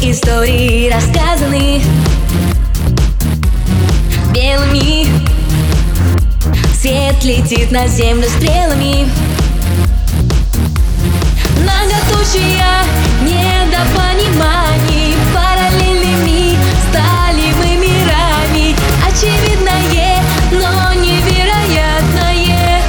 истории рассказаны белыми. Свет летит на землю стрелами. Многоточия недопониманий, параллельными стали мы мирами. Очевидное, но невероятное.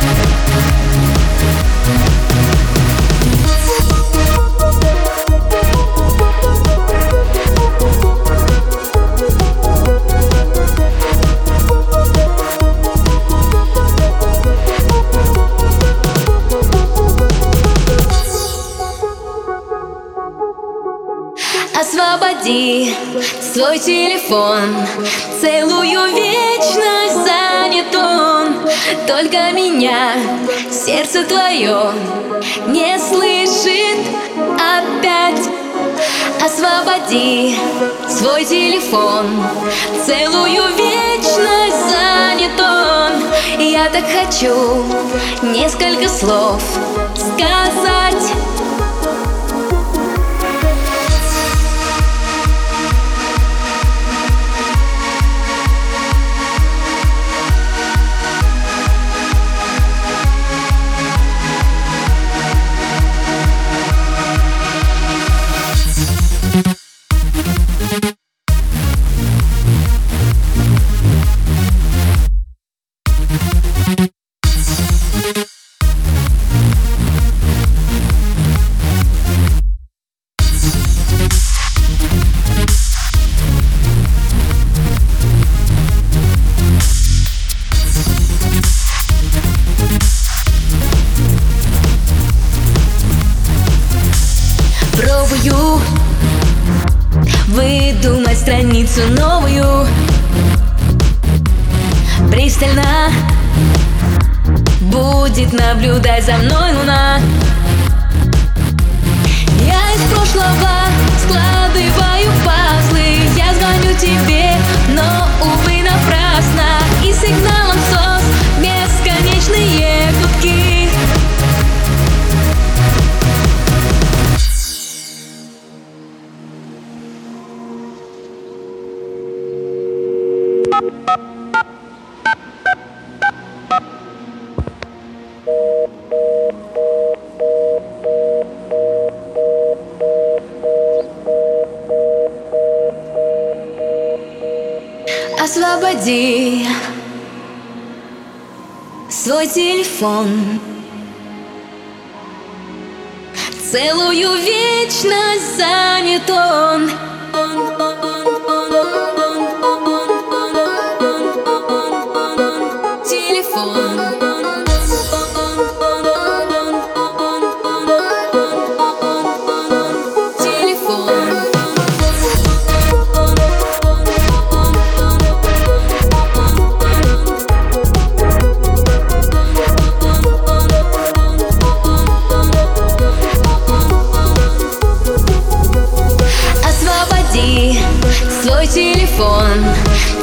Освободи свой телефон, целую вечность занят он. Только меня сердце твое не слышит опять. Освободи свой телефон, целую вечность занят он. Я так хочу несколько слов сказать. Пробую выдумать страницу новую. Пристально будет наблюдать за мной луна. Я из прошлого складываю пазлы. Я звоню тебе, но, увы, напрасно. И сигналом СОС бесконечные гудки. Освободи свой телефон, целую вечность занят он. Телефон. Свой телефон,